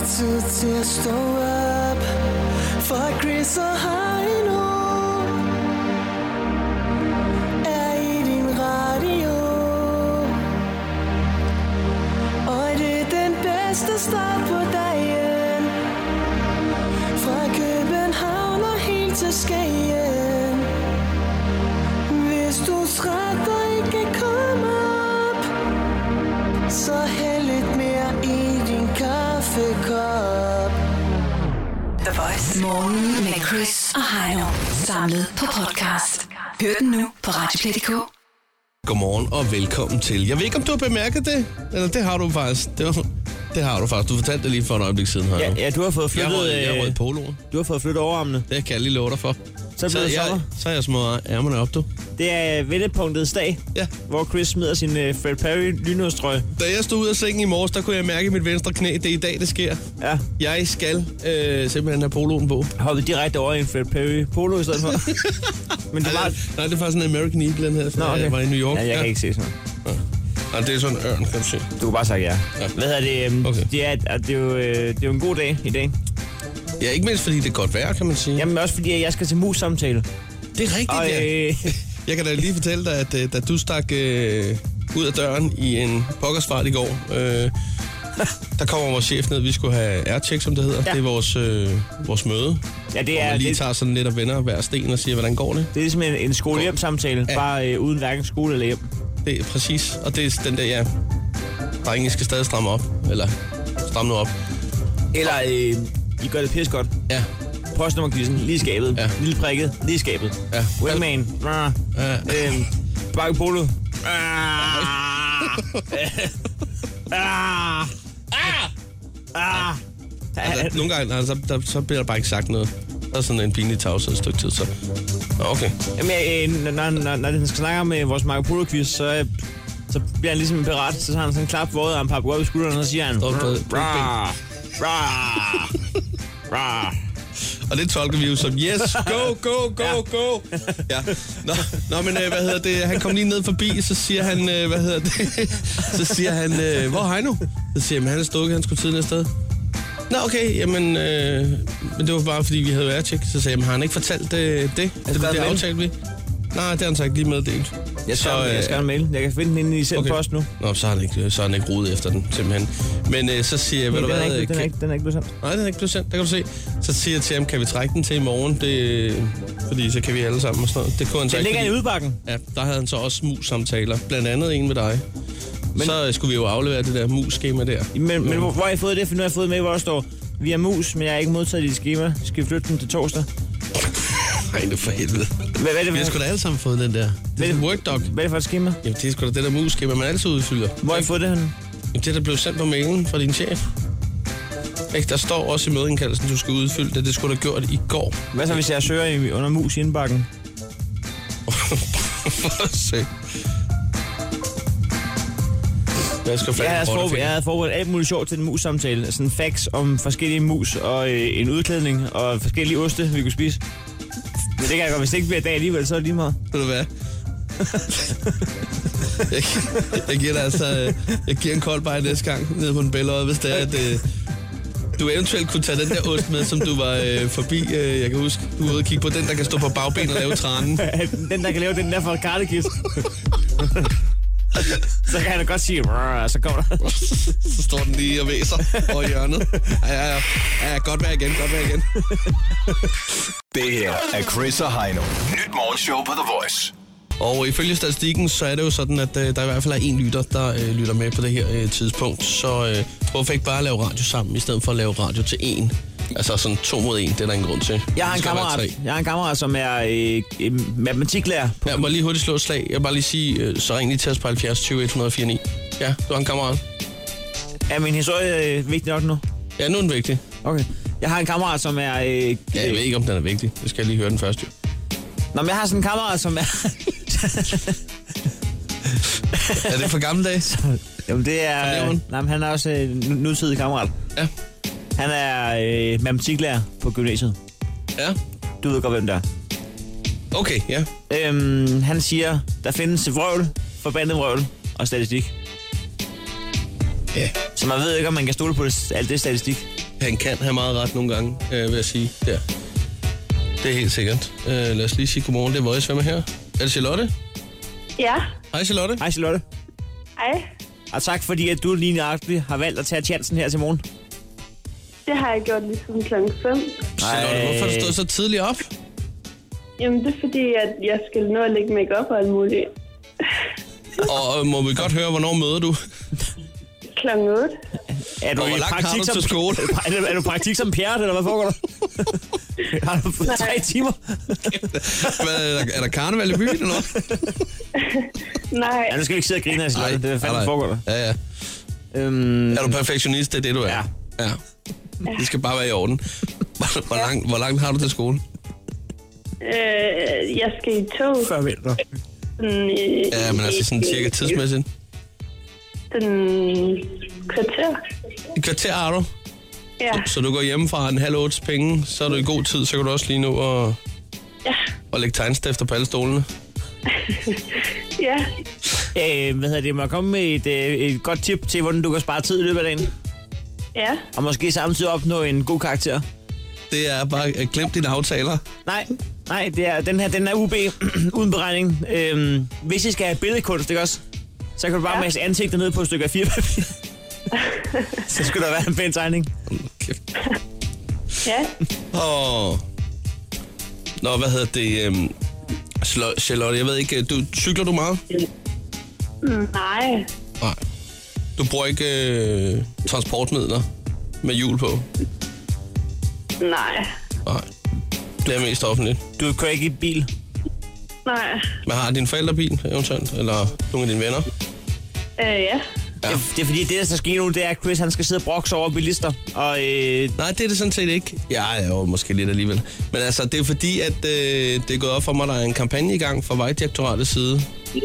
tid til at stå op for Chris og Heino er i din radio. Og det er den bedste start på dagen. Fra København og helt til Skagen. Hvis du er træt og ikke kan komme op, så hæld lidt mere i din kaffekop. The Voice. Morgen med Chris og Heino. Samlet på podcast. Hør den nu på Radioplay.dk. Godmorgen og velkommen til. Jeg ved ikke, om du har bemærket det. Eller det har du faktisk. Det har du faktisk. Du fortalte det lige for et øjeblik siden. Ja, du har fået flyttet... Jeg rød poloen. Du har fået flyttet overarmene. Det kan jeg lige love dig for. Så har jeg små ærmerne op, du. Det er vendepunktets dag, ja. Hvor Chris smider sin Fred Perry lynådstrøje. Da jeg stod ud af sengen i morges, der kunne jeg mærke i mit venstre knæ. Det er i dag, det sker. Ja. Jeg skal simpelthen have poloen på. Hoppet direkte over i en Fred Perry polo i stedet for. Men det var... Nej, det er faktisk en American Eagle, den her. Nå, okay. Jeg var i New York. Ja, jeg kan ikke se sådan noget. Ja, det er sådan en ørn, kan du se. Du kan bare sige ja. Hvad hedder det? Okay. Det er jo en god dag i dag. Ja, ikke mindst fordi det er godt vejr, kan man sige. Jamen også fordi jeg skal til mus-samtale. Det er rigtigt, ja. Jeg kan da lige fortælle dig, at da du stak ud af døren i en pokkersfart i går, der kommer vores chef ned. Vi skulle have aircheck, som det hedder. Ja. Det er vores møde. Ja, det er... Hvor man lige tager sådan lidt og vender hver sten og siger, hvordan går det? Det er ligesom en skole-hjem-samtale, ja. Bare uden hverken skole eller hjem. Det er præcis, og det er den der, ja, drenge skal stadig stramme op, eller stramme nu op. Eller, I gør det pisse godt. Ja. Postnummerquizzen, lige skabet. Ja. Lille prikket, lige skabet. Ja. Wingman. Bakke polo. Altså, nogle gange, altså, så bliver der bare ikke sagt noget. Der er sådan en pinlig tavshed et stykke tid, så... Okay. Jamen, når han skal snakke om vores Marco Polo-quiz, så bliver han ligesom en pirat. Så har han sådan en klap våget og en papegøje i skulderen, og så siger han... Og det tolker vi jo som, yes, go. Ja. Nå, men hvad hedder det? Han kom lige ned forbi, så siger han, Så siger han, hvor er Heino? Så siger han, han er stukket, han skulle tidligere sted. Nå, okay, jamen, men det var bare fordi, vi havde aircheck. Så sagde jeg, har han ikke fortalt det? Det aftalte vi. Nej, det har han så ikke lige meddelt. Jeg skal en mail. Jeg kan finde den inde i selv post nu. Nå, så har han ikke rodet efter den, simpelthen. Men så siger jeg, den er ikke blevet sendt. Nej, den er ikke blevet sendt, der kan du se. Så siger jeg til ham, kan vi trække den til i morgen? Fordi så kan vi alle sammen og sådan noget. Det kunne han så ikke. Den ligger i udbakken. Ja, der havde han så også mus-samtaler. Blandt andet en med dig. Men, så skulle vi jo aflevere det der mus-skema der. Men hvor har I fået det? For nu har jeg fået med, hvor der står, vi er mus, men jeg har ikke modtaget dit skema. Skal vi flytte den til torsdag? Nej, det for helvede. Hvad er det, vi har sgu da alle sammen fået den der. Det er en workdoc. Hvad er det for et skema? Jamen, det er sgu da det der mus-skema, man altid udfylder. Hvor har I fået det henne? Jamen, det der blev sendt på mailen fra din chef. Ikke, der står også i mødeindkaldelsen, du skal udfylde det. Det skulle du have gjort i går. Hvad så, hvis jeg søger under mus i indbakken? For at se. Jeg havde forberedt alt muligt sjovt til en mus-samtale. Sådan facts om forskellige mus og en udklædning og forskellige oste, vi kunne spise. Men det kan jeg godt, hvis det ikke bliver dag alligevel, så er det lige meget. Ved du hvad? jeg giver dig altså... Jeg giver en kold bajer næste gang nede på en bællerød, hvis det er, at... Du eventuelt kunne tage den der ost med, som du var forbi. Jeg kan huske, du var ude og kigge på den, der kan stå på bagben og lave tranen. Den, der kan lave den der fra kartekist. Så kan han da godt sige, så kommer der. Så står den lige og væser over hjørnet. Ja, godt vejr igen. Det her er Chris og Heino. Nyt morgenshow på The Voice. Og ifølge statistikken, så er det jo sådan, at der i hvert fald er en lytter, der lytter med på det her tidspunkt. Så hvorfor ikke bare lave radio sammen, i stedet for at lave radio til en? Altså sådan 2 mod 1, det er der ingen grund til. Jeg har en kammerat, som er matematiklærer. Ja, må lige hurtigt slå et slag. Jeg vil bare lige sige, så ring lige til os på 70 20 104 9. Ja, du har en kammerat. Er min historie vigtig nok nu? Ja, nu er den vigtig. Okay. Jeg har en kammerat, som er... jeg ved ikke, om den er vigtig. Det skal jeg lige høre den først, jo. Nå, men jeg har sådan en kammerat, som er... Er det for gamle dage? Jamen, det er... Nej, men han er også nutidig kammerat. Ja. Han er matematiklærer på gymnasiet. Ja. Du ved godt, hvem der er. Okay, ja. Han siger, der findes vrøvl, forbandet vrøvl og statistik. Ja. Så man ved ikke, om man kan stole på alt det statistik. Han kan have meget ret nogle gange, vil jeg sige. Der. Det er helt sikkert. Lad os lige sige godmorgen. Det er Voice. Hvem er her? Er det Charlotte? Ja. Hej Charlotte. Hej Charlotte. Hej. Og tak fordi, at du lige nøjagtigt har valgt at tage chancen her til morgen. Det har jeg gjort lige siden klokken 5. Charlotte, hvorfor har du stået så tidligt op? Jamen, det er fordi, at jeg skal nå at lægge make-up og alt muligt. Og må vi godt høre, hvornår møder du? Klokken 8. Er du Og hvor i langt har praktik du som til skole? Er du praktik som Pjert, eller hvad foregår der? Har du 3 timer? Er der karneval i byen eller noget? Nej. Ja, nu skal vi ikke sidde og grine af Charlotte. Det er fandme nej. foregår der. Ja. Er du perfektionist? Det er det, du er? Ja. Det skal bare være i orden. Hvor langt har du til skole? Jeg skal i tog. 40 meter. Ja, men altså sådan cirka tidsmæssigt. Den kvarter. Et kvarter har du? Ja. Så du går hjemmefra 7:30 penge, så er du i god tid, så kan du også lige nå og lægge tegnstifter på alle stolene. Ja. Må jeg komme med et godt tip til, hvordan du kan spare tid i løbet af dagen? Ja. Og måske samtidig opnå en god karakter? Det er bare, glem dine aftaler. Nej, det er, den er UB, uden beregning. Hvis I skal have billedkunst, ikke også? Så kan du bare masse ansigter ned på et stykke A4-papir. Så skulle der være en pæn tegning. Kæft. Ja. Nå, hvad hedder det? Charlotte, jeg ved ikke, cykler du meget? Nej. Nej. Du bruger ikke transportmidler med hjul på? Nej. Nej. Det er mest offentligt. Du kører ikke i bil? Nej. Men har dine forældre bil eventuelt? Eller nogle af dine venner? Ja. Det er fordi, det der skal ske nu, det er, at Chris han skal sidde og brokse over bilister. Og, Nej, det er det sådan set ikke. Ja, jo, måske lidt alligevel. Men altså, det er fordi, at det er gået op for mig, der er en kampagne i gang fra Vejdirektoratets side.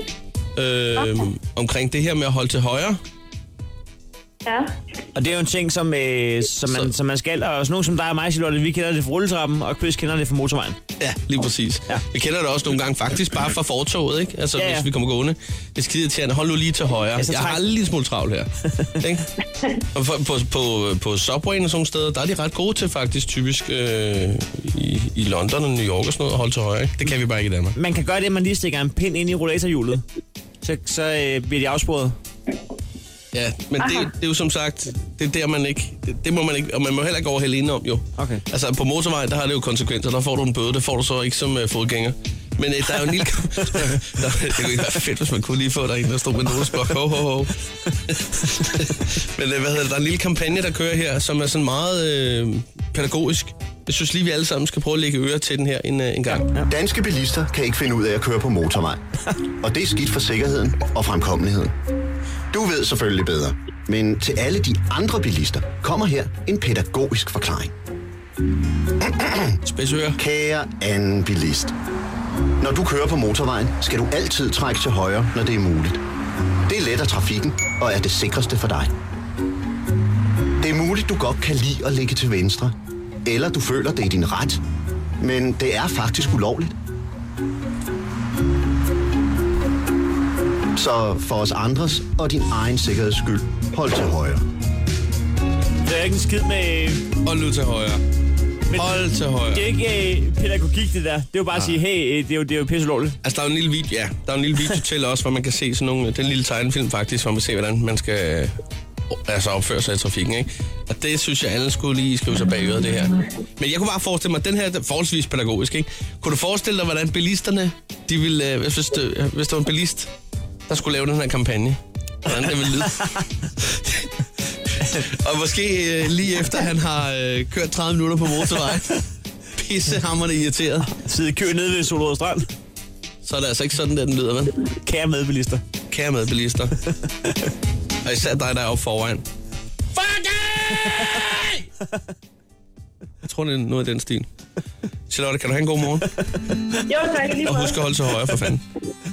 Omkring det her med at holde til højre. Ja. Og det er jo en ting, som man skal. Og sådan nogen som dig og mig, Charlotte, vi kender det fra rulletrappen, og Chris kender det fra motorvejen. Ja, lige præcis. Ja. Jeg kender det også nogle gange faktisk bare fra fortoget, ikke? Altså, hvis vi kommer gående. Det er skide irriterende. Hold nu lige til højre. Jeg har lige lidt smule travlt her. Ikke? Og på Subwayen og sådan steder, der er de ret gode til faktisk typisk i London og New York og sådan noget at holde til højre. Ikke? Det kan vi bare ikke i Danmark. Man kan gøre det, at man lige stikker en pind ind i rollatorhjulet. Så bliver de afsporet. Ja, men det er jo som sagt, det er der man ikke, det må man ikke, og man må heller ikke overhælde indenom jo. Okay. Altså på motorvejen, der har det jo konsekvenser, der får du en bøde, det får du så ikke som fodgænger. Men der er jo en lille... det kunne ikke være fedt, hvis man kunne lige få der en, der stod med en notesblok. Men der er en lille kampagne, der kører her, som er sådan meget pædagogisk. Jeg synes lige, vi alle sammen skal prøve at lægge øre til den her en gang. Ja. Danske bilister kan ikke finde ud af at køre på motorvej. Og det er skidt for sikkerheden og fremkommeligheden. Du ved selvfølgelig bedre. Men til alle de andre bilister kommer her en pædagogisk forklaring. Spidsøre. Kære anden bilist. Når du kører på motorvejen, skal du altid trække til højre, når det er muligt. Det letter trafikken og er det sikreste for dig. Det er muligt, du godt kan lide at ligge til venstre. Eller du føler, det er din ret. Men det er faktisk ulovligt. Så for os andres og din egen sikkerheds skyld, hold til højre. Det er ikke en skid med... Hold nu til højre. Hold til højre. Det er ikke pædagogik, det der. Det er jo bare at sige, hey, det er jo pisse ulovligt. Altså, der er jo en lille video, der er en lille video til også, hvor man kan se sådan nogle... Den lille tegnefilm faktisk, hvor man ser, hvordan man skal opføre sig i trafikken, ikke? Og det synes jeg, alle skulle lige skrive sig bag øret, det her. Men jeg kunne bare forestille mig, at den her er forholdsvis pædagogisk, ikke? Kunne du forestille dig, hvordan bilisterne, de ville... Hvis der var en bilist, der skulle lave den her kampagne, hvordan det ville lyde? Og måske lige efter, han har kørt 30 minutter på motorvejen, pissehamrende irriteret. Sidde i kø nede ved Solrød Strand. Så er det altså ikke sådan, den lyder, vel? Kære medbilister. Kære medbilister. Og især dig, der er oppe foran. Fuck it! Jeg tror, det er noget af den stil. Charlotte, kan du have en god morgen? Jo, tak lige. Og husk at holde til højre, for fanden.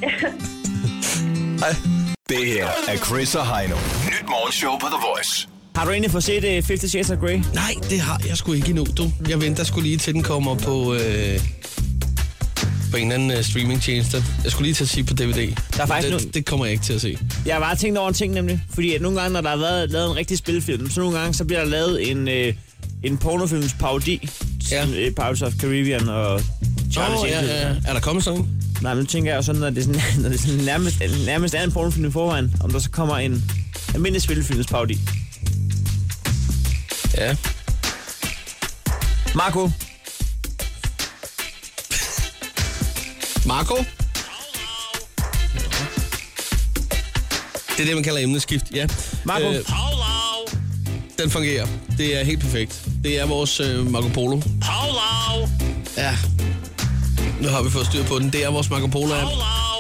Hej. Det her er Chris og Heino. Nyt morgenshow på The Voice. Har du egentlig fået set 50 Shades of Grey? Nej, det har jeg sgu ikke endnu, du. Jeg venter sgu lige til den kommer på en eller anden streamingtjeneste. Jeg skulle lige til at sige på DVD. Der er faktisk det kommer jeg ikke til at se. Jeg har bare tænkt over en ting nemlig. Fordi at nogle gange, når der har været lavet en rigtig spilfilm, så nogle gange så bliver der lavet en pornofilms parodi. Ja. Pirates of Caribbean og Charlie's Angels. Ja. Er der kommet sådan en? Nej, men nu tænker jeg jo sådan, når det er sådan nærmest er en pornofilm i forvejen, om der så kommer en almindelig spillefilms parodi. Ja. Marco? Det er det, man kalder emneskift, ja. Marco? Den fungerer. Det er helt perfekt. Det er vores Marco Polo. Ja. Nu har vi fået styr på den. Det er vores Marco Polo-app.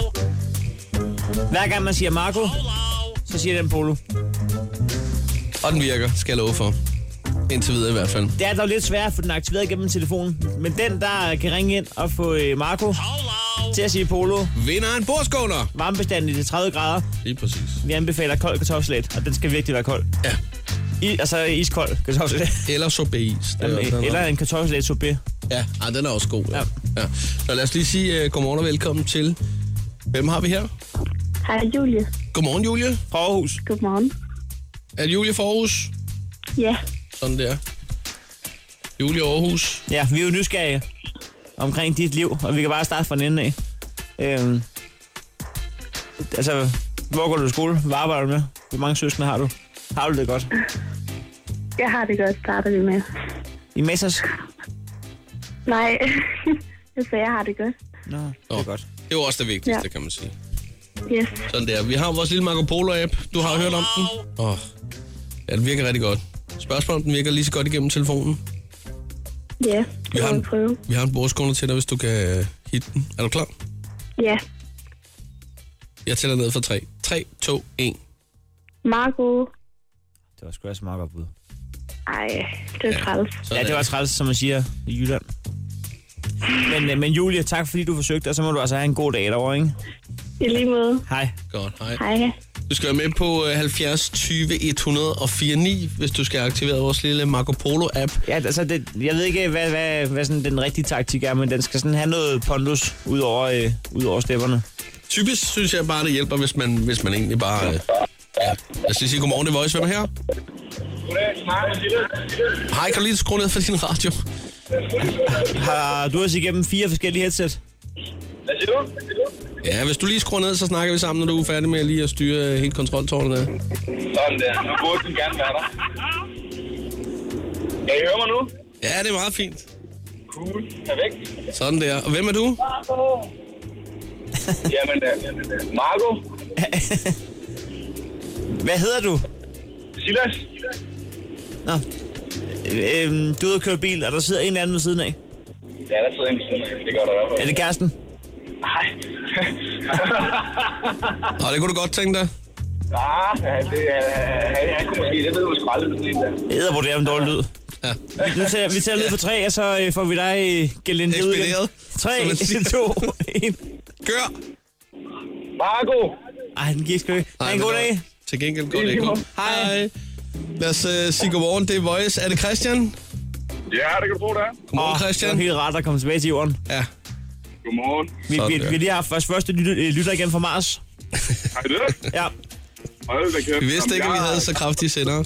Hver gang man siger Marco, så siger den Polo. Og den virker, skal jeg love for. Indtil videre i hvert fald. Det er dog lidt svært at få den aktiveret gennem telefonen. Men den, der kan ringe ind og få Marco til at sige Polo. Vinder en bordskåner. Varmebestandig til 30 grader. Lige præcis. Vi anbefaler kold kartoffelsalat, og den skal virkelig være kold. Ja. Altså iskold kartoffelsalat. Eller sorbet-is. Eller en kartoffelsalat sorbet. Ja, den er også god. Ja. Så lad os lige sige godmorgen og velkommen til. Hvem har vi her? Hej, Julie. Godmorgen, Julie. Fra Aarhus. Godmorgen. Er det Julie fra Aarhus? Ja. Sådan der. Julie Aarhus. Ja, vi er jo nysgerrige omkring dit liv, og vi kan bare starte fra den ende af. Altså, hvor går du i skole? Hvad arbejder du med? Hvor mange søskende har du? Har du det godt? Jeg har det godt, starter vi med. I Messers? Nej, jeg sagde, jeg har det godt. Nå, det er godt. Det er jo også det vigtigste, kan man sige. Yes. Sådan der. Vi har vores lille Marco Polo-app. Du har hørt om den? Ja, den virker rigtig godt. Spørgsmål om den virker lige så godt igennem telefonen. Ja, det må vi prøve. Vi har en bordskåner til dig, hvis du kan hitte den. Er du klar? Ja. Jeg tæller ned for 3. 3, 2, 1. Marco. Det var sgu også meget godt bud. Ej, det er træls. Ja, det var træls, som man siger i Jylland. Men Julie, tak fordi du forsøgte, og så må du altså have en god dag derovre, ikke? I lige måde. Hej. Godt, hej. Hej. Du skal være med på 70 20 104 9, hvis du skal aktivere vores lille Marco Polo-app. Ja, altså, jeg ved ikke, hvad sådan den rigtige taktik er, men den skal sådan have noget pondus ud over stepperne. Typisk synes jeg bare, det hjælper, hvis man egentlig bare... Ja. Lad os lige sige godmorgen, det er Voice. Hvem er her? Hej, kan du lige skrue ned for din radio? Har du også igennem 4 forskellige headset? Hvad siger du? Ja, hvis du lige skruer ned, så snakker vi sammen, når du er færdig med lige at styre helt kontroltårnet der. Sådan der. Nu burde den gerne være der. Kan I høre mig nu? Ja, det er meget fint. Cool. Perfekt. Sådan der. Og hvem er du? Jamen, Marco. Hvad hedder du? Silas. Nå. Du er ude at køre bil, og der sidder en eller anden ved siden af. Ja, der sidder en ved siden af. Det gør der i hvert fald. Er det kæresten? Nej. Nå, det kunne du godt tænke dig. Ja, han kunne måske. Det ved du sgu aldrig. Det er en dårlig lyd. Ja. Vi tager lyd på 3, og så får vi dig gelindet ud igen. 3, 2, 1. Kør! Marco! Ej, den gik sgu ikke. Ha' en god dag. Til gengæld går det ikke. Hej. Lad os sige godmorgen. Det er Voice. Er det Christian? Ja, det kan du tro, det er. Godmorgen, Christian. Det var helt rart at komme tilbage til jorden. Ja. Godmorgen. Vi lige har haft vores første lytter igen fra Mars. Har I det? Ja. Vi vidste ikke, at vi havde så kraftige sendere.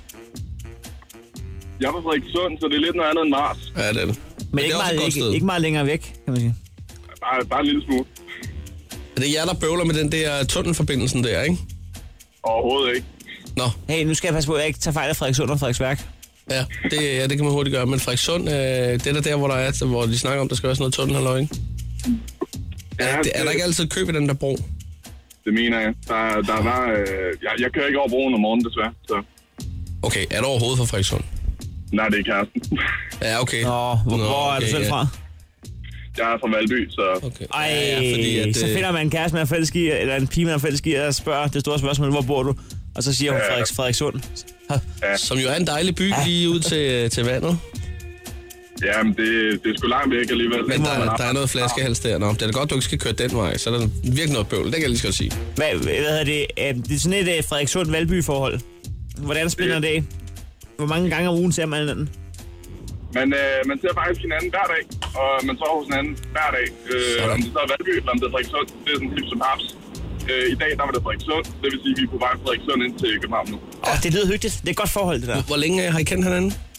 Jeg var Frederikssund, så det er lidt noget andet end Mars. Ja, det er det. Men ikke meget længere væk, kan man sige. Bare en lille smule. Er det jer, der bøvler med den der tunnelforbindelsen der, ikke? Overhovedet ikke. Nå. Hey, nu skal jeg passe på, at jeg ikke tager fejl af Frederikssund og Frederiksværk. Ja, det kan man hurtigt gøre. Men Frederikssund, det er der, hvor de snakker om, der skal være sådan noget tunnelhalløj, ikke? Ja, er der ikke altid kø ved den der bro? Det mener jeg. Der var... jeg kører ikke over broen om morgenen, desværre. Så. Okay, er du overhovedet fra Frederikssund? Nej, det er kæresten. Ja, okay. Hvor er du selv fra? Jeg er fra Valby, så... Okay. Ej, så finder man en kæreste, man er forelsket i, eller en pige, man er forelsket i, og spørger det store spørgsmål, hvor bor du? Og så siger hun Frederikssund. Ja. Som jo er en dejlig by lige ud til vandet. Jamen, det er sgu langt væk alligevel. Men der er noget flaskehals der. Nå, det er da godt, du ikke skal køre den vej, så er der virkelig noget bøvl. Det kan jeg lige skal sige. Hvad hedder det? Det er sådan et Frederikssund-Valby-forhold. Hvordan spiller det af? Hvor mange gange om ugen ser man den? Man ser faktisk hinanden hver dag, og man sover hos hinanden hver dag. Om det så er Valby, eller om det er Frederikssund, det er sådan lidt som haps. I dag, der var det Frederikssund, det vil sige, at vi er på vej fra Frederikssund ind til København nu. Det lyder hyggeligt. Det er et godt forhold, det der. Hvor længe har I kendt hinanden?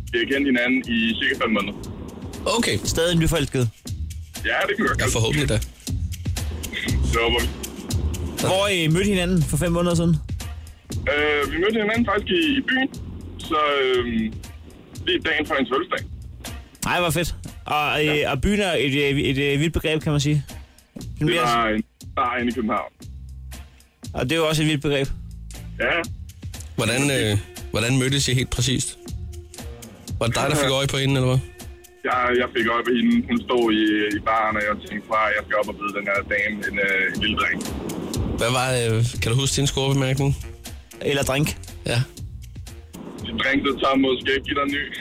Vi har kendt hinanden i cirka 5 måneder. Okay. Stadig nyforelsket. Ja, det kan vi godt. Ja, forhåbentlig da. Det håber vi. Hvor I mødte hinanden for 5 måneder siden? Vi mødte hinanden faktisk i byen, så lige dagen før hendes fødselsdag. Nej, hvor fedt. Og byen er et vildt begreb, kan man sige. Det var inde i København. Og det er jo også et vildt begreb. Ja. Hvordan mødtes I helt præcist? Var det dig, der fik øje på hende, eller hvad? Jeg fik øje på hende. Hun stod i baren, og jeg tænkte fra, at jeg skal op og byde den her dame en lille drink. Hvad var kan du huske din scorebemærkning? Eller drink. Ja. De drink, der tager måske ikke give dig en ny.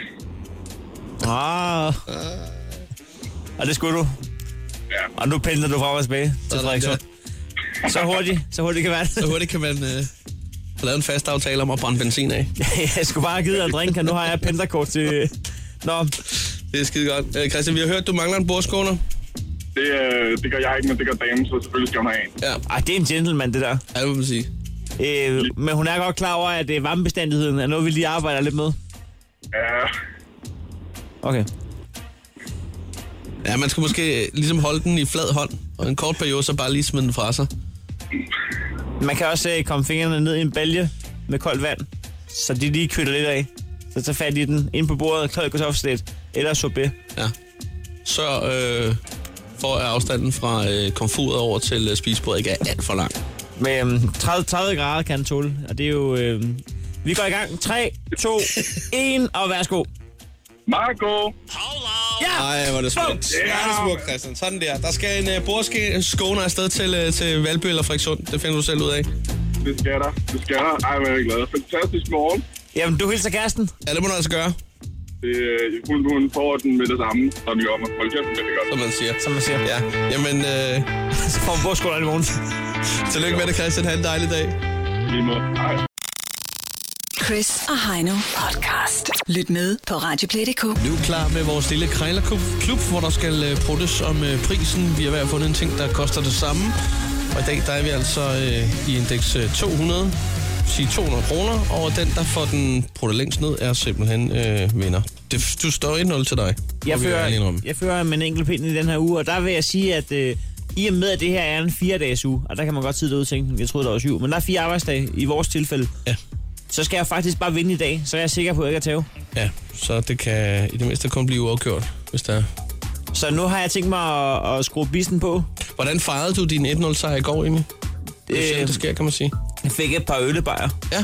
Og det skulle du. Ja. Og nu pendler du fra og tilbage til Frederikshund. Så hurtigt kan man. Så hurtigt kan man få lavet en fast aftale om at brænde benzin af. Jeg skulle bare have givet dig en drink, og nu har jeg pendlerkort til... Nå. Det er skide godt. Christian, vi har hørt, du mangler en bordskåner. Det gør jeg ikke, men det gør damen, så selvfølgelig skal hun have en. Ja. Ej, det er en gentleman, det der. Ja, det må man sige. Men hun er godt klar over, at varmebestandigheden er noget, vi lige arbejder lidt med. Ja. Okay. Ja, man skal måske ligesom holde den i flad hånd, og en kort periode, så bare lige smide den fra sig. Man kan også komme fingrene ned i en balje med koldt vand, så de lige kvitter lidt af. Så tager fat i den ind på bordet, klart kartoffelsalat eller sorbet. Ja. Så for at afstanden fra komfuret over til spisebordet ikke er alt for lang. Med 30 grader kan den tåle, og det er jo... Vi går i gang. 3, 2, 1, og værsgo. Marco! Ja! Ej, hvor er det smukt. Ja, det er smukt, Christian. Sådan der. Der skal en bordskåner afsted til Valby eller Frederikshund. Det finder du selv ud af. Det skal der. Ej, hvor er jeg glad. Fantastisk morgen. Jamen, du hilser kæresten. Ja, det må du altså gøre. Hun får den med det samme, når vi kommer. Hold kæft, det er godt. Som man siger. Ja. Jamen, så får vi bordskåneren i morgen. Tillykke med det, Christian. Ha' en dejlig dag. Lige måde. Hej. Chris og Heino podcast. Lyt med på radioplay.dk. Nu er klar med vores lille krejlerklub, hvor der skal pruttes om prisen. Vi har været fundet en ting, der koster det samme. Og i dag der er vi altså i indeks 200. Sige 200 kroner. Og den, der får den pruttet længst ned, er simpelthen vinder. Du står 1-0 til dig. Jeg fører med en enkelt pind i den her uge, og der vil jeg sige, at i og med, at det her er en 4-dages uge, og der kan man godt sidde derude og tænke, jeg troede, der var 7, men der er 4 arbejdsdage i vores tilfælde. Ja. Så skal jeg faktisk bare vinde i dag, så er jeg sikker på, at jeg kan tage. Ja, så det kan i det mindste kun blive uafgjort, hvis der er. Så nu har jeg tænkt mig at skrue bissen på. Hvordan fejrede du din 1-0-sejr i går, Emil? Det sker, kan man sige. Jeg fik et par øllebajer. Ja.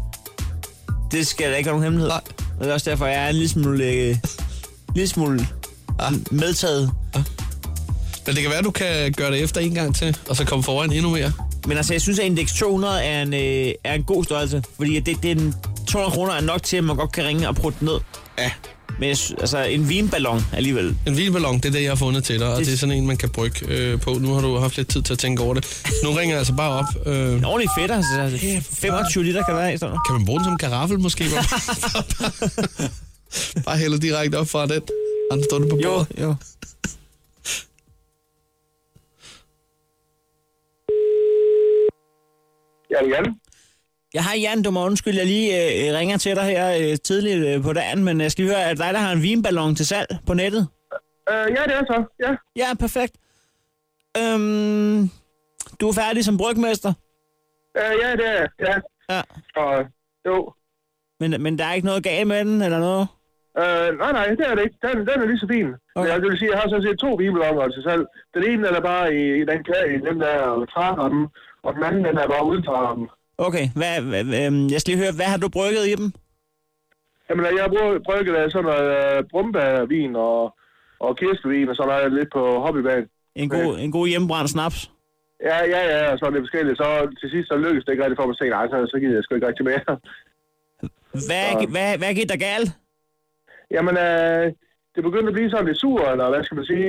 Det skal da ikke være nogen hemmelighed. Nej. Det er også derfor, jeg er en lille smule medtaget. Ja. Men det kan være, at du kan gøre det efter en gang til, og så komme foran endnu mere. Men altså, jeg synes, at indeks 200 er en god størrelse. Fordi det er 200 kroner er nok til, at man godt kan ringe og prutte ned. Ja. Men altså, en vinballon alligevel. En vinballon, det er det, jeg har fundet til dig, og det er sådan en, man kan brygge på. Nu har du haft lidt tid til at tænke over det. Nu ringer jeg altså bare op. Ordentligt fedt, altså. 25 liter kan være i sådan. Kan man bruge den som karaffel måske? Bare hælde direkte op fra den. Andre står det på bordet. Jo. Ja, Jan. Ja, hej Jan, du må undskylde, jeg lige ringer til dig her tidligt på dagen, men jeg skal høre, at dig, der har en vinballon til salg på nettet. Ja, det er så, ja. Ja, perfekt. Du er færdig som brygmester? Ja, det er ja. Ja. Og, jo. Men der er ikke noget galt med den, eller noget? Nej, det er det ikke. Den er lige så fin. Okay. Jeg vil sige, jeg har sådan set 2 vinballoner til salg. Den ene er bare i den der træramme, og den anden den er bare uden træramme. Okay, jeg skal lige høre, hvad har du brygget i dem? Jamen, jeg har brygget af sådan noget brumbærvin og kirsebærvin, og så er jeg lidt på hobbybanen. En god hjemmebrændt snaps? Ja, og så er det forskelligt. Så til sidst så lykkedes det ikke rigtig for mig at se, nej, så gider jeg sgu ikke rigtig mere. Hvad gik der galt? Jamen, det begyndte at blive sådan lidt sur, eller hvad skal man sige,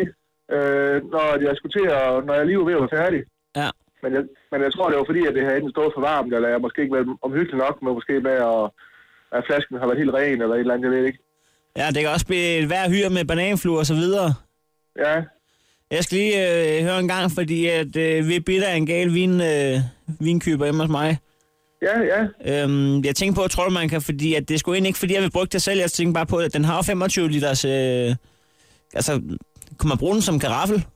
når jeg lige var ved at være færdig. Ja. Men jeg tror, det var fordi, at det havde enten stået for varmt, eller jeg måske ikke været omhyggelig nok, men måske med, at flasken har været helt ren, eller et eller andet, jeg ved ikke. Ja, det kan også blive et værd hyr med bananfluer og så videre. Ja. Jeg skal lige høre en gang, fordi at vi bitter en gal vinkøber hjemme hos mig. Ja. Jeg tænker på, tror du, man kan, fordi at det er sgu egentlig ikke, fordi jeg vil bruge det selv. Jeg tænker bare på, at den har 25 liters... altså, kunne man bruge den som karaffel?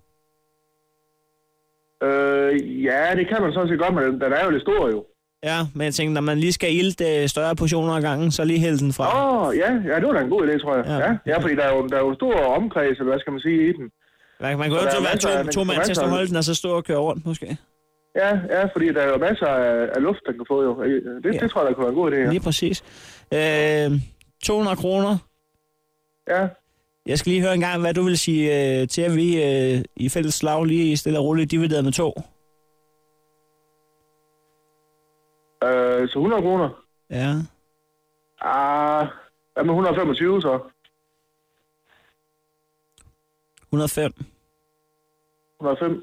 Ja, det kan man sådan set godt, men den er jo lidt stor jo. Ja, men jeg tænker, når man lige skal ilte større portioner ad gangen, så lige hælde den fra. Ja, det var da en god idé, tror jeg. Ja, fordi der er jo stor omkreds, eller hvad skal man sige, i den. Man kan jo ikke være to mand til at holde den, og så stå og køre rundt, måske. Ja, fordi der er jo masser af luft, der kan få jo. Det tror jeg, der kunne være en god idé, ja. Lige præcis. 200 kroner. Ja. Jeg skal lige høre en gang, hvad du vil sige til, at vi i fælles slag lige stille og roligt divideret med 2. Så 100 kroner? Ja. Hvad med 125 så? 105. 105?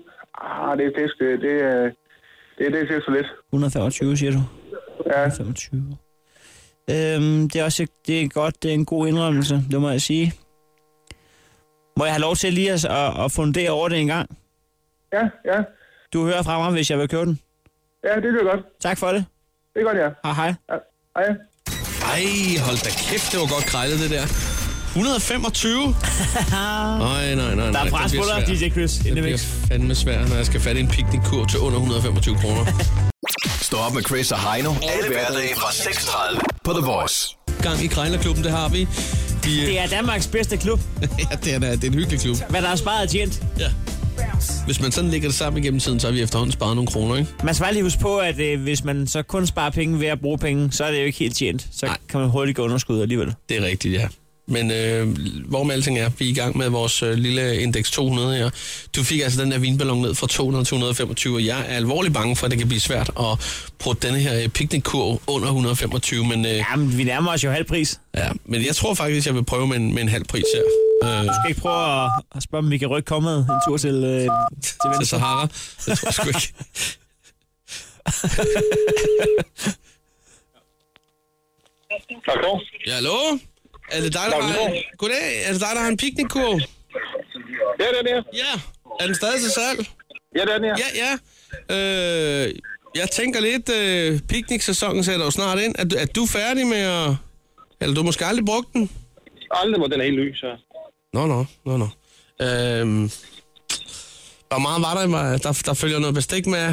Det er så lidt. 125, siger du? Ja. 125. Det er også det er godt, det er en god indrømmelse, det må jeg sige. Må jeg have lov til lige at fundere over det en gang? Ja. Du hører fra mig, hvis jeg vil købe den. Ja, det er godt. Tak for det. Det er godt, ja. Hej. Ja, hej. Ej, hold da kæft, det var godt krejlet, det der. 125? Nej. Der er pres på dig, DJ Chris. Det bliver fandme svært, når jeg skal fatte en piknikkur til under 125 kroner. Stå op med Chris og Heino. Alle hverdage fra 6:30 på The Voice. Gang i Krejlerklubben, det har vi. Det er Danmarks bedste klub. Ja, det er en hyggelig klub. Hvad der er sparet tjent. Ja. Hvis man sådan lægger det sammen igennem tiden, så har vi efterhånden sparet nogle kroner, ikke? Man skal bare lige huske på, at hvis man så kun sparer penge ved at bruge penge, så er det jo ikke helt tjent. Så kan man hurtigt gå underskud alligevel. Det er rigtigt, ja. Men hvor med alting er, vi er i gang med vores lille indeks 200 her. Du fik altså den der vinballon ned fra 200 til 125, og jeg er alvorligt bange for, at det kan blive svært at putte denne her piknikkurv under 125. Men, jamen, vi nærmer os jo halv pris. Ja, men jeg tror faktisk, jeg vil prøve med en halv pris her. Du skal ikke prøve at spørge, om vi kan rykke kommet en tur til venstre. Til Sahara? Det tror jeg sgu ikke. Ja, hallo? Er det dig, der har... Goddag, er det dig, der har en piknikkurv? Ja, det er det. Ja, er den stadig til salg? Ja, det er den, Ja. Jeg tænker lidt, pikniksæsonen sætter jo snart ind. Er du færdig med at... Eller du måske aldrig brugt den? Aldrig, hvor den er helt ny, så... Nå. Hvor meget var der følger noget bestik med?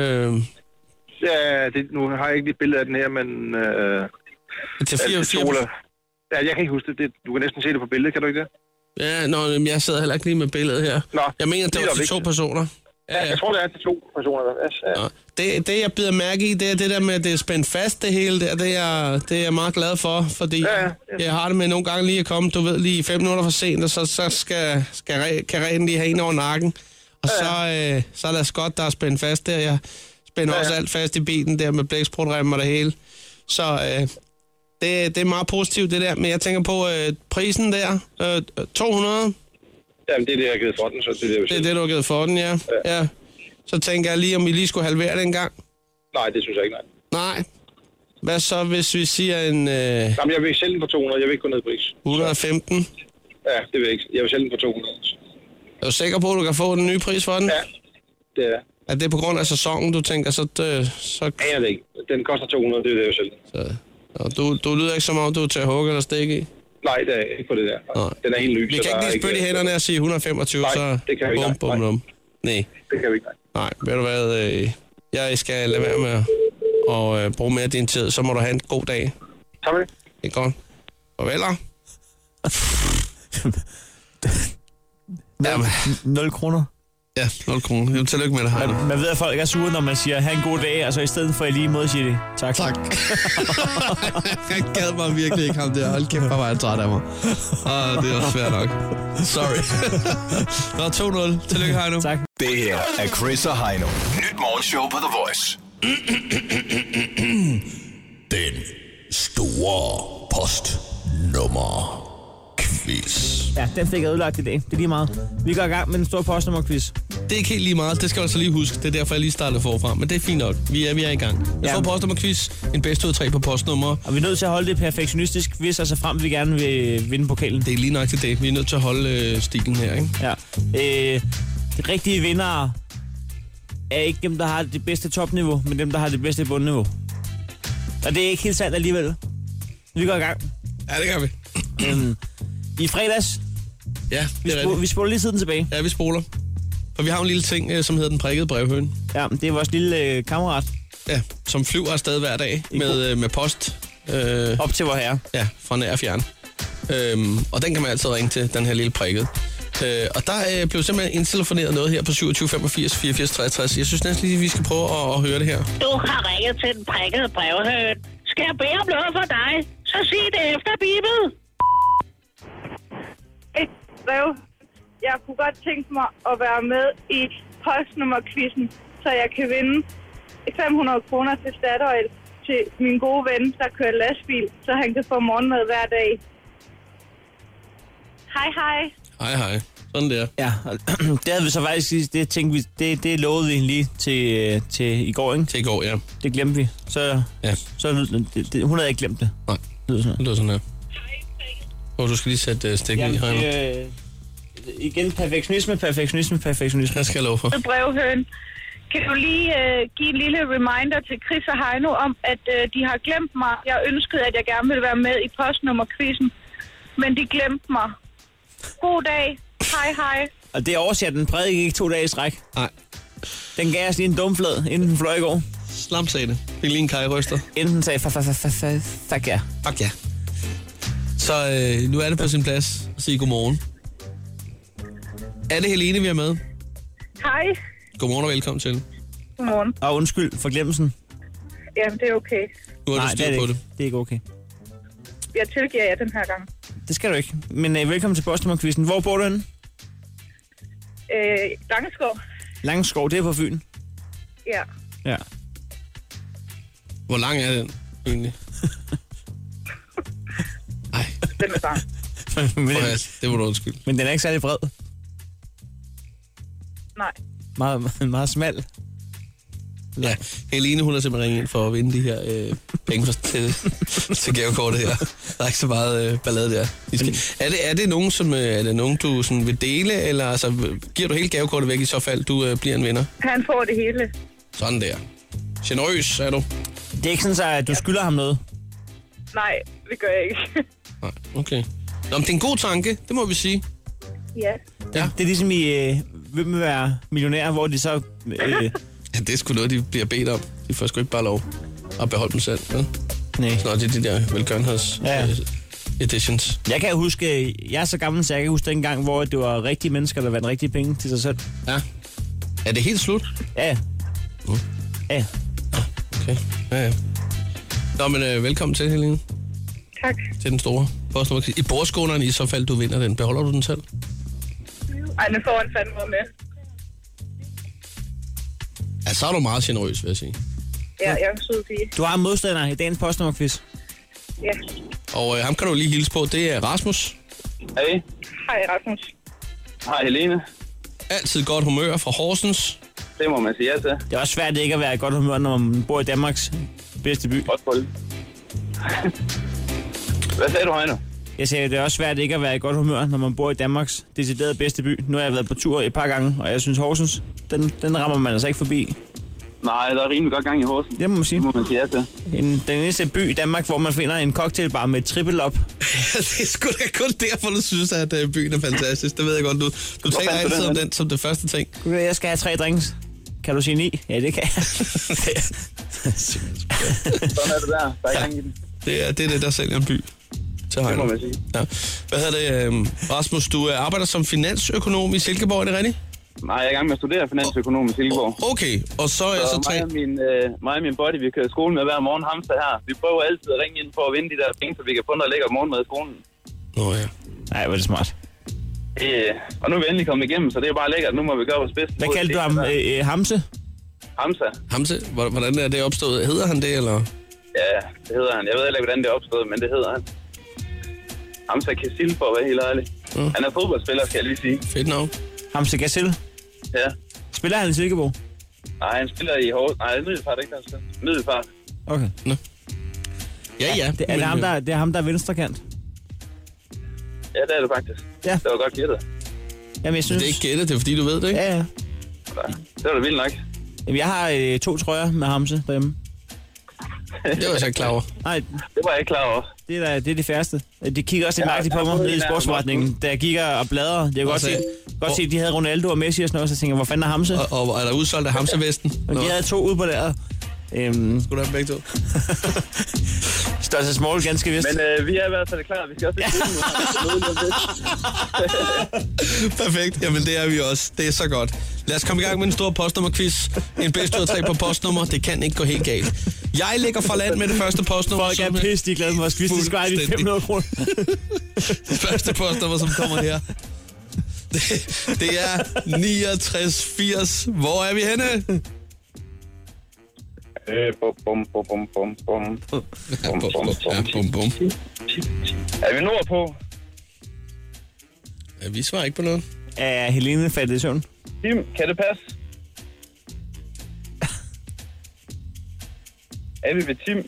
Ja, nu har jeg ikke lige billede af den her, men... til 4. Ja, jeg kan ikke huske det. Du kan næsten se det på billedet, kan du ikke det? Ja, jeg sidder heller ikke lige med billedet her. Nå, jeg mener, det var til 2 personer. Ja, jeg tror, det er til 2 personer. Ja. Det, jeg bider mærke i, det er det der med, at det er spændt fast, det hele der. Det er jeg meget glad for, fordi jeg har det med nogle gange lige at komme, du ved, lige 5 minutter for sent, og så skal kareten lige have en over nakken. Og så er det godt, der er spændt fast der. Jeg spænder også alt fast i bilen der med blæksprutreim og det hele. Så... Det er meget positivt, det der, men jeg tænker på prisen der, 200. Jamen, det er det, jeg har givet for den, så det er det, det er det, du har givet for den, ja. Så tænker jeg lige, om vi lige skulle halvere det en gang. Nej, det synes jeg ikke, nej. Hvad så, hvis vi siger en... Jamen, jeg vil ikke sælge den for 200, jeg vil ikke gå ned i pris. 115? Ja, det vil jeg ikke. Jeg vil sælge den for 200. Er du sikker på, at du kan få den nye pris for den? Ja, det er. Er det på grund af sæsonen, du tænker, så... Ja, det ikke. Den koster 200, det er det, jeg sælger. Du lyder ikke som om, du er til at hugge eller stikke i? Nej, det er ikke på det der. Nej. Den er helt ny. Vi kan ikke lige spytte i hænderne og sige 125, nej, så... det kan vi ikke. Nej. Det kan vi ikke. Nej, ved du hvad? Jeg skal lade være med at bruge mere af din tid. Så må du have en god dag. Tak for det. Det er godt. Farveler. 0 kroner. Ja, 0 kroner. Jo, tillykke med det her. Man ved, at folk er sure, når man siger, have en god dag, og så i stedet for, at lige måde siger det. Tak. Jeg gad mig virkelig ikke ham der. Hold kæft, hvor var jeg træt af mig. Det er også svært nok. Sorry. Nå, 2-0. Tillykke, Heino. Tak. Det her er Chris og Heino. Nyt morgenshow på The Voice. Den store postnummer quiz. Ja, den fik jeg udlagt i dag. Det er lige meget. Vi går i gang med den store postnummer-quiz. Det er ikke helt lige meget. Det skal du altså lige huske. Det er derfor, jeg lige startede forfra. Men det er fint nok. Vi er i gang. Den store postnummer-quiz. En bedst ud af 3 på postnummer. Og vi er nødt til at holde det perfektionistisk, hvis altså frem vi gerne vil vinde pokalen. Det er lige nok til det. Vi er nødt til at holde stilen her, ikke? Ja. De rigtige vindere er ikke dem, der har det bedste topniveau, men dem, der har det bedste bundniveau. Og det er ikke helt sandt alligevel. Vi går i gang. Ja, det gør vi. I fredags. Ja, det er rigtigt. Vi spoler lige tiden tilbage. Ja, vi spoler. For vi har en lille ting, som hedder den prikkede brevhøne. Ja, det er vores lille kammerat. Ja, som flyver afsted hver dag med post. Op til vor herre. Ja, fra nær og fjern. Og den kan man altid ringe til, den her lille prikkede. Og der blev simpelthen indtelefoneret noget her på 27 85 84 63. Jeg synes næsten lige, vi skal prøve at høre det her. Du har ringet til den prikkede brevhøne. Skal jeg bede om noget for dig, så sig det efter Bibel. Et brev. Jeg kunne godt tænke mig at være med i postnummerquizzen, så jeg kan vinde 500 kroner til Statoil til min gode ven, der kører lastbil, så han kan få morgenmad hver dag. Hej, hej. Hej, hej. Sådan der. Ja, det havde vi så faktisk, det tænkte vi, det lovede vi lige til i går, ikke? Til i går, ja. Det glemte vi. Så hun havde ikke glemt det. Nej, det lyder sådan her. Du skal lige sætte stikket i her. Igen, perfektionisme. Jeg skal love for. Brevhøn. Kan du lige give en lille reminder til Chris og Heino om, at de har glemt mig. Jeg ønskede, at jeg gerne ville være med i postnummerquizzen, men de glemte mig. God dag. Hej, hej. Og det overser den prædik ikke 2 dage i stræk. Nej. Den gav os lige en dumflad, inden den fløj i går. Slam sagde det. Fik lige en kajryster. Inden den sagde, fuck ja. Fuck ja. Så nu er det på sin plads at sige godmorgen. Er det Helene, vi er med? Hej. Godmorgen og velkommen til. Godmorgen. Og undskyld for glemmelsen. Jamen, det er okay. Nu har du styr på det. Det er ikke okay. Jeg tilgiver jer den her gang. Det skal du ikke. Men velkommen til postnummerquizzen. Hvor bor du henne? Langeskov. Langeskov, det er på Fyn. Ja. Ja. Hvor lang er den egentlig? Nej. Den er bare. Det må du undskylde. Men den er ikke særlig bred. Nej. Meget smal. Ja, Helene, hun har simpelthen ringet ind for at vinde de her penge til gavekortet her. Der er ikke så meget ballade der. Er det nogen, du sådan vil dele, eller altså, giver du hele gavekortet væk i så fald, du bliver en vinder? Han får det hele. Sådan der. Generøs er du. Det er ikke sådan, at du skylder ham noget? Nej, det gør jeg ikke. Nej, okay. Nå, men det er en god tanke, det må vi sige. Ja. Det er ligesom i Hvem vil være millionær, hvor de så... Ja, det er sgu noget, de bliver bedt om. De får sgu ikke bare lov at beholde dem selv. Ja? Nej. Så det er de der velgørenheds editions. Jeg kan huske, jeg er så gammel, så jeg kan huske den gang, hvor det var rigtige mennesker, der vandt rigtige penge til sig selv. Ja. Er det helt slut? Ja. Ja. Okay. Ja. Nå, men velkommen til, Helene. Tak. Til den store postnummerquiz. I bordskånerne, i så fald du vinder den, beholder du den selv? Ej, nu får han fandme med. Ja, så er du meget generøs, vil jeg sige. Ja, jeg er sød pige. Du har en modstander i dagens postnummerquiz. Ja. Og ham kan du lige hilse på. Det er Rasmus. Hej. Hej, Rasmus. Hej, Helene. Altid godt humør fra Horsens. Det må man sige ja til. Det er også svært ikke at være i godt humør, når man bor i Danmarks bedste by. Hvad sagde du, Heino? Jeg sagde, det er også svært ikke at være i godt humør, når man bor i Danmarks decideret bedste by. Nu har jeg været på tur et par gange, og jeg synes Horsens, den rammer man altså ikke forbi. Nej, der er rimelig godt gang i Horsens. Det må man sige. Det må man sige ja til. Den eneste by i Danmark, hvor man finder en cocktailbar med et triple-op. Det er sgu da kun derfor, du synes, at byen er fantastisk. Det ved jeg godt. Du tænker altid om den som det første ting. Jeg skal have 3 drinks. Kan du sige 9? Ja, det kan jeg. Sådan er det der. Der er gang i den. Det er det, der sælger en by. Det må man sige. Ja. Hvad hedder det, Rasmus? Du arbejder som finansøkonom i Silkeborg, er det rigtigt? Nej, jeg er i gang med at studere finansøkonom i Silkeborg. Okay, og så er jeg så mig og min buddy, vi kører skole med hver morgen hamster her. Vi prøver altid at ringe ind for at vinde de der penge, så vi kan få noget lækker morgenmad i skolen. Nå ja. Nej, hvor er det smart. Og nu er vi endelig kommet igennem, så det er bare lækkert. Nu må vi gøre vores bedste. Hvad kaldte du ham? Hamse? Hamse. Hvordan er det opstået? Hedder han det, eller? Ja, det hedder han. Jeg ved ikke, hvordan det er opstået, men det hedder han. Hamza Kassil, for at være helt ærlig. Han er fodboldspiller, skal jeg lige sige. Fedt navn. Hamza Kassil? Ja. Spiller han i Silkeborg? Nej, han spiller i Horsens. Nej, Middelfart, ikke? Middelfart. Okay. Nå. Ja. Det er ham, der er venstrekant? Ja, det er det faktisk. Ja. Det var godt gættet. Jamen, jeg synes... Det er ikke gættet, det er fordi, du ved det, ikke? Ja. Nej, det var da vildt nok. Jamen, jeg har 2 trøjer med Hamse derhjemme. Det var jeg så ikke klar over. Nej. Det var jeg ikke klar over. Det er det færreste. De kigger også lidt mærkeligt på mig nede i sportsforretningen, da jeg kigger og bladrer. Jeg kan godt se, at de havde Ronaldo og Messi og sådan noget, så jeg tænker, hvor fanden er Hamse? Og er der udsolgt af Hamse-vesten? Og de havde 2 ude på lageret. Skulle du have begge 2? Størrelse small, ganske vist. Men vi er i hvert fald klar. Vi skal også nu. Perfekt. Jamen, det er vi også. Det er så godt. Lad os komme i gang med en stor postnummer-quiz. En bedst ud af 3 på postnummer. Det kan ikke gå helt galt. Jeg ligger fra land med det første postnummer. Folk er pisse, de er glade med vores quiz. De skal have 500 kroner. Det første postnummer, som kommer her. Det er 6980. Hvor er vi henne? Bum. Er vi nordpå? Ja, vi svarer ikke på noget. Er Helene faldet i søvn? Tim, kan det passe? Er vi ved Tim?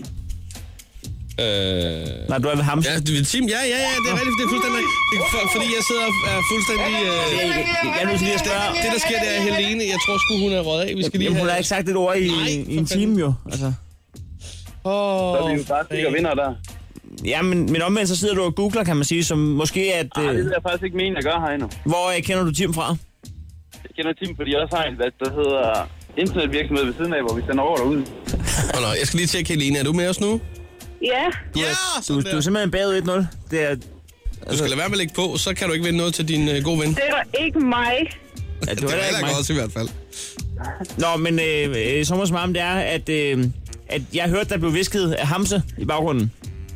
Nej, du er ved Hamse. Ja, du er ved Tim. Ja, det er rigtigt. Det er fuldstændig. Fordi jeg sidder og er fuldstændig... Jeg er nødt til lige at spørge. Det, der sker, det er Helene. Jeg tror sgu, hun er røget af. Vi skal lige hun har ikke sagt et ord i en time, jo. Altså. Så er vi jo bare sikkert vinder der. Ja, men omvendt, så sidder du og googler, kan man sige, som måske at... Nej, det vil jeg faktisk ikke mene, jeg gør her endnu. Hvor kender du Tim fra? Jeg kender Tim, fordi jeg også har en, der hedder internetvirksomhed ved siden af, hvor vi sender over derude. Jeg skal lige tjekke, Helene. Er du med os nu? Ja. Du er simpelthen bagud 1-0. Det er... Du skal lade være med at lægge på, så kan du ikke vinde noget til din gode ven. Det er ikke mig. Ja, det var heller ikke også i hvert fald. Nå, men sommer som det er, at jeg hørte, der blev visket af Hamse i baggrunden.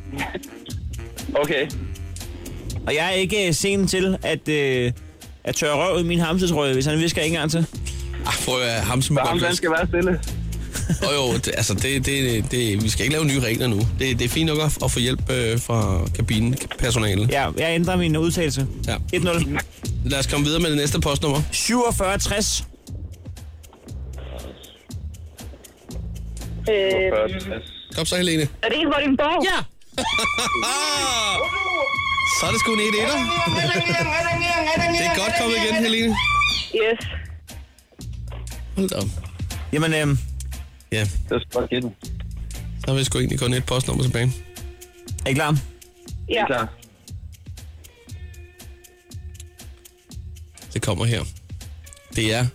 Okay. Og jeg er ikke sen til at tørre røv i min Hamses-røg, hvis han visker en gang til. Prøv at Hamse må godt viske. Skal være stille. Vi skal ikke lave nye regler nu. Det er fint nok at få hjælp fra kabinenpersonalet. Ja, jeg ændrer min udtalelse. Ja. 1-0. Lad os komme videre med det næste postnummer. 4760. 4760. Kom så, Helene. Er det en Vordingborg? Ja! Så er det sgu en 1-1'er. Det er godt kommet igen, Helene. Yes. Hold da op. Jamen, ja. Det er godt gætte. Så har vi sgu egentlig kun et postnummer tilbage. Er I klar? Ja. Klar. Det kommer her. Det er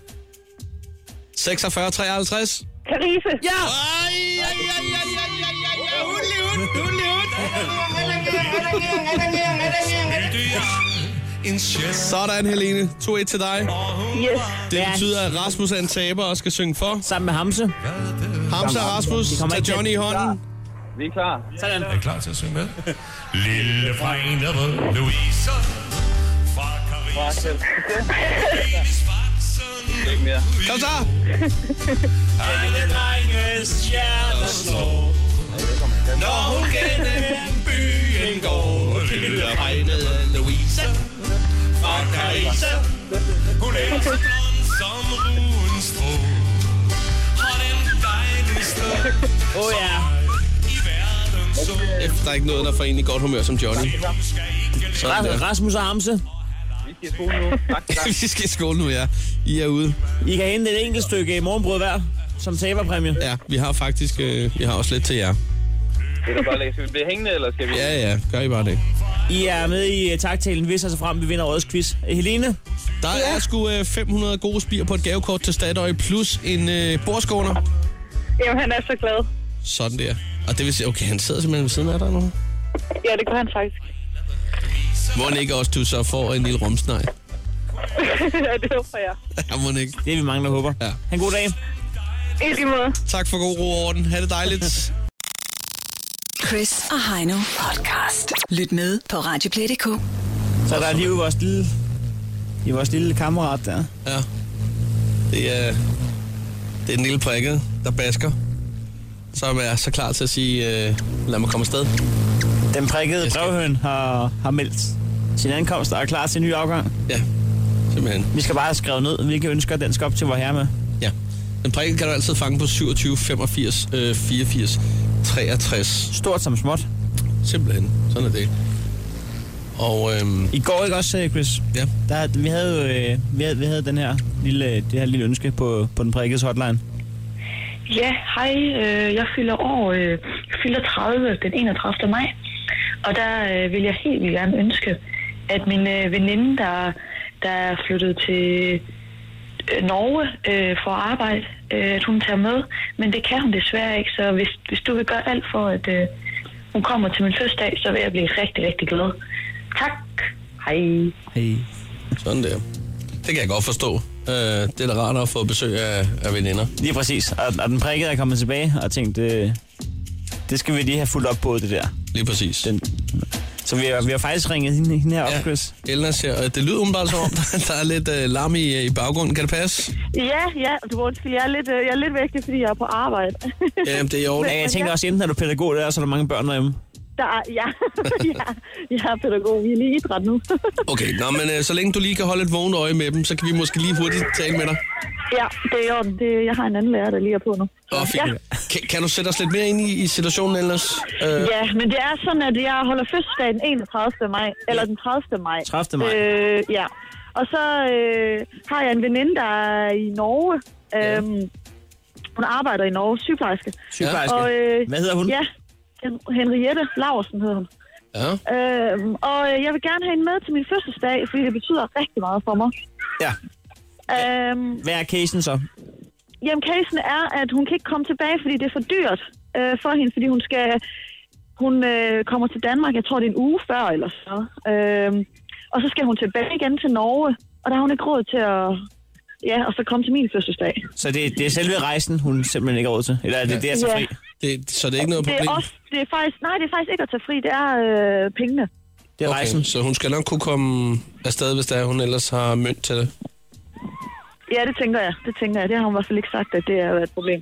4653. Carise. Ja! Sådan, Helene. 2-1 til dig. Yes. Det betyder, at Rasmus er en taber og skal synge for. Sammen med Hamse. Hamse og Rasmus, tag Johnny i hånden. Vi er klar. Sådan. Er I klar til at synge med? Lille fregnede Louise fra Carise. Ikke mere. Kom så! Alle drenges hjerter slår, når hun gennem byen går. Lille fregnede Louise fra Carise. Hun elsker den som ruens strå. Og den dejligste Der er ikke noget, der får en i godt humør som Johnny. Rasmus og Hamse. Vi skal i skole nu. Tak. Vi skal i skole nu, ja. I er ude. I kan hente et enkelt stykke morgenbrød hver som taberpræmie. Ja, vi har faktisk vi har også lidt til jer. Vil du bare lægge? Skal vi blive hængende, eller skal vi? Ja, gør I bare det. I er med i taktalen, hvis altså frem, vi vinder årets quiz. Helene? Der er sgu 500 gode spir på et gavekort til Statoil, plus en bordskåner. Jamen, han er så glad. Sådan der. Og det vil sige, okay, han sidder simpelthen ved siden af dig nu. Ja, det gør han faktisk. Må han ikke også, du så får en lille rumsnej? Ja, det håber jeg. Ja, må ikke. Det er vi mange, der håber. Ja. Ha' en god dag. I lige måde. Tak for god ro og orden. Ha' det dejligt. Chris og Heino podcast. Lyt med på Radioplay.dk. Så der er lige vores lille kammerat der. Ja. Det er den lille prikke, der basker. Som er så klar til at sige, lad mig komme afsted. Den prikkede brevhøn har meldt sin ankomst og er klar til en ny afgang. Ja, simpelthen. Vi skal bare have skrevet ned, hvilke ønsker den skal op til vor herre med. Ja. Den prikke kan du altid fange på 27, 85, 84, 63. Stort som småt. Simpelthen. Sådan er det. Og i går ikke også, Chris? Ja. Vi havde den her det her lille ønske på den prikkedes hotline. Ja, hej. Jeg fylder år. Jeg fylder 30 den 31. maj. Og der vil jeg helt vildt gerne ønske, at min veninde, der er flyttet til Norge for at arbejde, at hun tager med. Men det kan hun desværre ikke, så hvis du vil gøre alt for, at hun kommer til min fødselsdag, så vil jeg blive rigtig, rigtig glad. Tak. Hej. Hej. Sådan der. Det kan jeg godt forstå. Det er da rart at få besøg af veninder. Lige præcis. Og den prikkede er kommet tilbage og tænkt, det skal vi lige have fuldt op på, det der. Lige præcis. Så vi har faktisk ringet hende her op, Chris. Elnas her. Det lyder umiddelbart som om, der er lidt larm i baggrunden. Kan det passe? Ja. Du må undskylde, jeg er lidt væk, fordi jeg er på arbejde. Jamen, det er i orden. Jeg tænker også, enten er du pædagog der, så er der mange børn derhjemme. Jeg er pædagog. Vi er lige i idræt nu. Okay, men så længe du lige kan holde et vågent øje med dem, så kan vi måske lige hurtigt tale med dig. Ja, det er i orden. Jeg har en anden lærer, der lige er på nu. Kan du sætte os lidt mere ind i situationen ellers? Ja, men det er sådan, at jeg holder fødselsdag den 31. maj, eller den 30. maj. 30. maj. Ja, og så har jeg en veninde, der er i Norge. Hun arbejder i Norge, sygeplejerske. Og, hvad hedder hun? Ja, Henriette Laursen hedder hun. Ja. Og jeg vil gerne have hende med til min fødselsdag, fordi det betyder rigtig meget for mig. Ja. Hvad er casen så? Jamen, casen er, at hun kan ikke komme tilbage, fordi det er for dyrt for hende, fordi hun kommer til Danmark, jeg tror det er en uge før eller så. Og så skal hun tilbage igen til Norge, og der har hun ikke råd til at... Ja, og så komme til min fødselsdag. Så det er selve rejsen, hun simpelthen ikke har råd til? Eller er det at tage fri? Så det er ikke noget problem? Det er faktisk ikke at tage fri, det er pengene. Det er rejsen. Så hun skal nok kunne komme afsted, hvis der hun ellers har mønt til det? Ja, det tænker jeg. Det har hun i hvert fald ikke sagt, at det er et problem.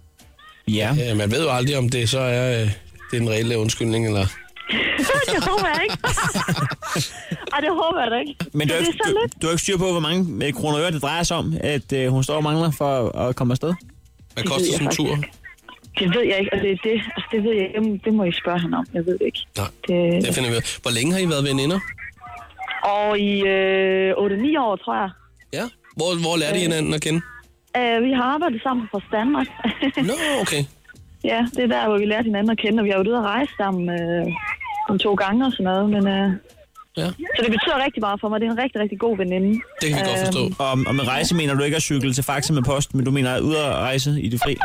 Ja. Man ved jo aldrig, om det så er det er en reel undskyldning, eller... Det håber jeg ikke. Ej, det håber jeg da ikke. Men du har ikke styr på, hvor mange kroner og øre det drejer sig om, at hun står og mangler for at komme afsted? Hvad koster sådan en tur? Det ved jeg ikke, og det er det. Altså, det ved jeg ikke. Det må I spørge hende om. Jeg ved det ikke. Nej, det finder vi ud. Hvor længe har I været veninder? Og i 8-9 år, tror jeg. Ja? Hvor lærte I hinanden at kende? Vi har arbejdet sammen fra Danmark. Nå, okay. Ja, det er der, hvor vi lærte hinanden at kende, og vi har jo ude at rejse sammen 2 gange og sådan noget, men... Ja. Så det betyder rigtig meget for mig. Det er en rigtig, rigtig god veninde. Det kan vi godt forstå. Og med rejse mener du ikke at cykle til Faxe med post, men du mener at ud at rejse i det fri?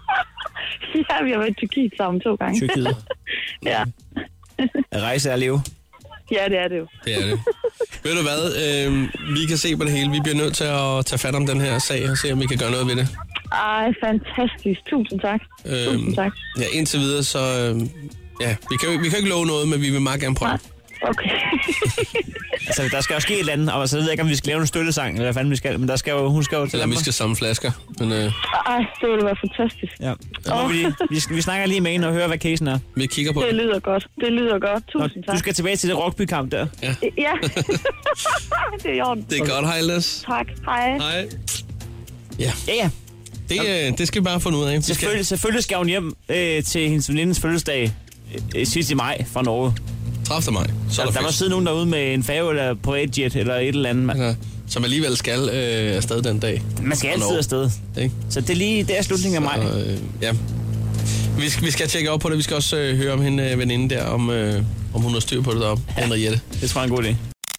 Ja, vi har været i Tyrkiet sammen 2 gange. Tyrkiet? Ja. At rejse er at leve? Ja, det er det jo. Det er det. Ved du hvad? Vi kan se på det hele. Vi bliver nødt til at tage fat om den her sag og se, om vi kan gøre noget ved det. Ej, fantastisk. Tusind tak. Tusind tak. Ja, indtil videre, så... ja, vi kan ikke love noget, men vi vil meget gerne prøve. Nej. Okay. Altså, der skal jo ske et eller andet, og så ved jeg ikke, om vi skal lave en støttesang, eller hvad fanden vi skal, men hun skal jo til Danmark. Vi skal samle flasker. Men, Ej, det ville være fantastisk. Ja. Vi snakker lige med hende og hører, hvad casen er. Vi kigger på det. Det lyder godt. Tusind tak. Du skal tilbage til det rugbykamp der. Ja. Ja. Det er i orden. Det er godt, hej Elnas. Tak, hej. Hej. Ja. Det skal vi bare finde ud af. Selvfølgelig skal hun hjem til hendes venindes fødselsdag sidst i maj fra Norge. 30. maj. Så der må sidde nogen derude med en færge eller privatjet eller et eller andet. Ja, som alligevel skal afsted den dag. Man skal altid afsted. Så det er slutningen af maj. Ja. Vi skal tjekke op på det. Vi skal også høre om hende veninde der, om hun har styr på det deroppe. Ja. Henriette. Det tror jeg er en god idé.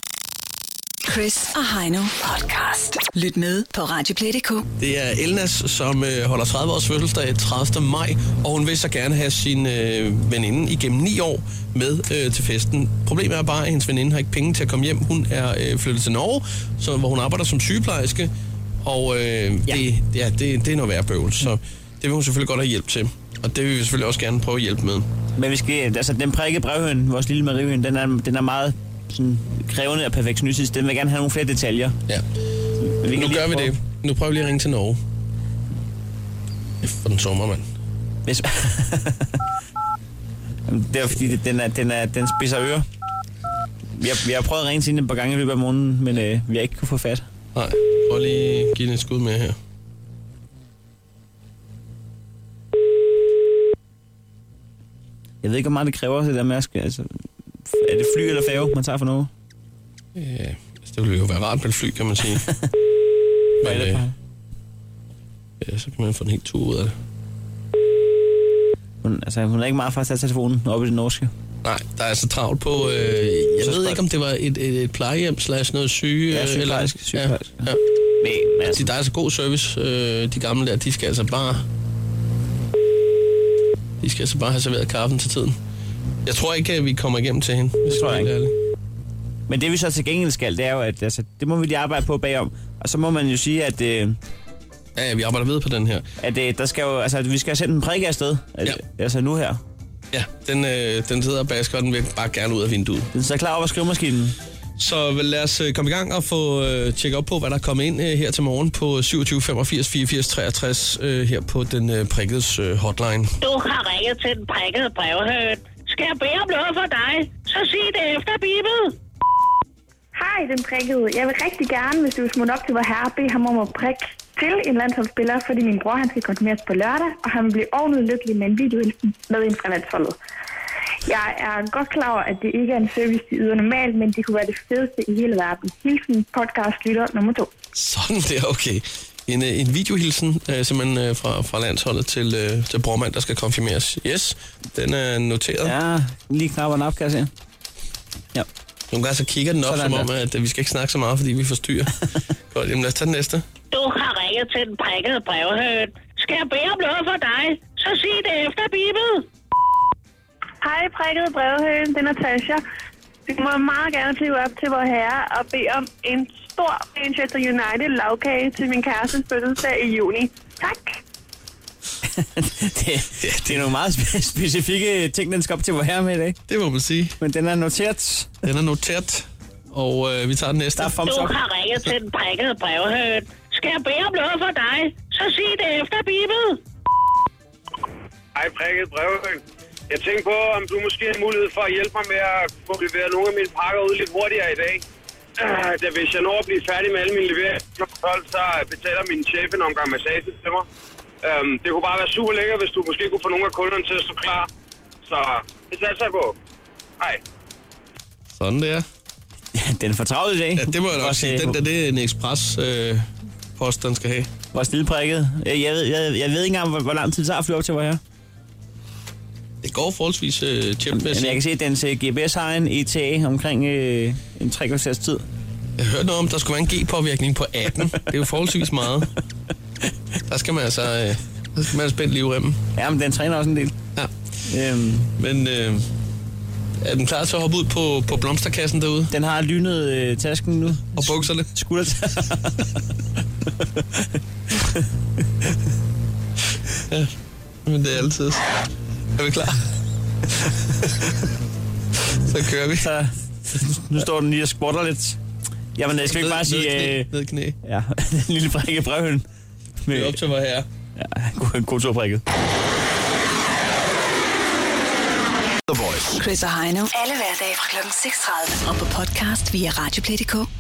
Chris og Heino podcast. Lyt med på Radioplay.dk. Det er Elnas, som holder 30 års fødselsdag 30. maj, og hun vil så gerne have sin veninde igennem 9 år med til festen. Problemet er bare, at hendes veninde har ikke penge til at komme hjem. Hun er flyttet til Norge, hvor hun arbejder som sygeplejerske, og det er noget værd bøvl, så det vil hun selvfølgelig godt have hjælp til. Og det vil vi selvfølgelig også gerne prøve at hjælpe med. Men vi skal, altså den prikkede brevhøn, vores lille Mariehøn, den er meget sådan krævende og perfektionistisk. Den vil gerne have nogle flere detaljer. Ja. Nu gør vi det. Nu prøver vi lige at ringe til Norge. For den sommer, mand. Det er fordi, den spidser ører. Vi har prøvet at ringe til hende et par gange i løbet af måneden, men vi har ikke kunne få fat. Nej, prøv lige at give den et skud med her. Jeg ved ikke, hvor meget det kræver, det der med at altså, er det fly eller færge, man tager for noget? Ja, det ville jo være rart med et fly, kan man sige. Men, ja, så kan man få en helt tur ud af det. Hun er ikke meget for at tage telefonen op i det norske. Nej, der er så travlt på... jeg ved ikke, om det var et plejehjem / noget syge... Ja, sygeplejerske. Ja. Men altså, der er så god service. De gamle der, de skal altså bare... De skal altså bare have serveret kaffen til tiden. Jeg tror ikke, at vi kommer igennem til hende. Det tror jeg ikke. Men det vi så til gengæld skal, det er jo, at altså, det må vi lige arbejde på bagom. Og så må man jo sige, at... Ja, vi arbejder videre på den her. At der skal jo, altså, vi skal sende en prik afsted. Altså nu her. Ja, den sidder og basker, og den vil bare gerne ud af vinduet. Den er klar over skrivemaskinen. Så lad os komme i gang og få tjekket op på, hvad der er kommet ind her til morgen på 27 85 84 63 her på den prikkedes hotline. Du har ringet til den prikkede brevhøn. Skal jeg bede om noget for dig, så sig det efter Bibel. Hej, den prikkede. Jeg vil rigtig gerne, hvis du vil smutte op til vor herre, bede ham om at prikke til en landsholdsspiller, fordi min bror han skal konfirmeres på lørdag, og han vil blive ovenud lykkelig med en videohilsen med en fra landsholdet. Jeg er godt klar over, at det ikke er en service, de yder normalt, men det kunne være det fedeste i hele verden. Hilsen podcast-lytter nummer 2. Sådan der, okay. En videohilsen, simpelthen fra landsholdet til brormand, der skal konfirmeres. Yes, den er noteret. Ja, lige knapperne op, kan jeg se. Ja. Nogle gange så kigger den op, sådan som om, at vi skal ikke snakke så meget, fordi vi forstyrrer. Godt, jamen lad os tage den næste. Du har ringet til den prikkede brevhøn. Skal jeg bede om noget for dig, så sig det efter Bibel. Hej, prikkede brevhøn. Det er Natasha. Vi må meget gerne flyve op til vor herre og bede om en stor Manchester United lavkage til min kærestes fødselsdag i juni. Tak. det er nogle meget specifikke ting, den skal op til vor herre med i dag. Det må man sige. Men den er noteret. Den er noteret. Og vi tager den næste. Du har ringet til den prikkede brevhøn. Skal jeg bede om noget for dig, så sig det efter Bibel. Hej, prikket brevhøn. Jeg tænker på, om du måske har mulighed for at hjælpe mig med at få leveret nogle af mine pakker ud lidt hurtigere i dag. Da hvis jeg når at blive færdig med alle mine leveringer, så betaler min chef en omgang massage til mig. Det kunne bare være super lækkert, hvis du måske kunne få nogle af kunderne til at stå klar. Så det satser jeg på. Hej. Sådan der. Den er for travlt i dag. Ja, det må jeg nok sige. Det er en ekspres post, den skal have. Hvor stilprikket. Jeg ved ikke engang, hvor lang tid det tager at flyve op til vor herre. Det går forholdsvis tjempemæssigt. Jeg kan se, at dens GPS har en ETA omkring en 3 kvarters tid. Jeg hørte noget om, der skulle være en G-påvirkning på 18. Det er jo forholdsvis meget. Der skal man altså spænde livremmen. Ja, men den træner også en del. Ja. Men er den klar til at hoppe ud på blomsterkassen derude? Den har lynet tasken nu. Og bukserne? Ja, men det er altid. Er vi klar? Så kører vi. Så, nu står den lige og spotter lidt. Jamen, jeg skal ikke bare sige... Ned knæ. Ja, den lille prikke brevhøn. Vi er op til vor herre. Ja, god tur prikket. Chris og Heino. Alle hverdage fra kl. 6:30. Og på podcast via Radioplay.dk.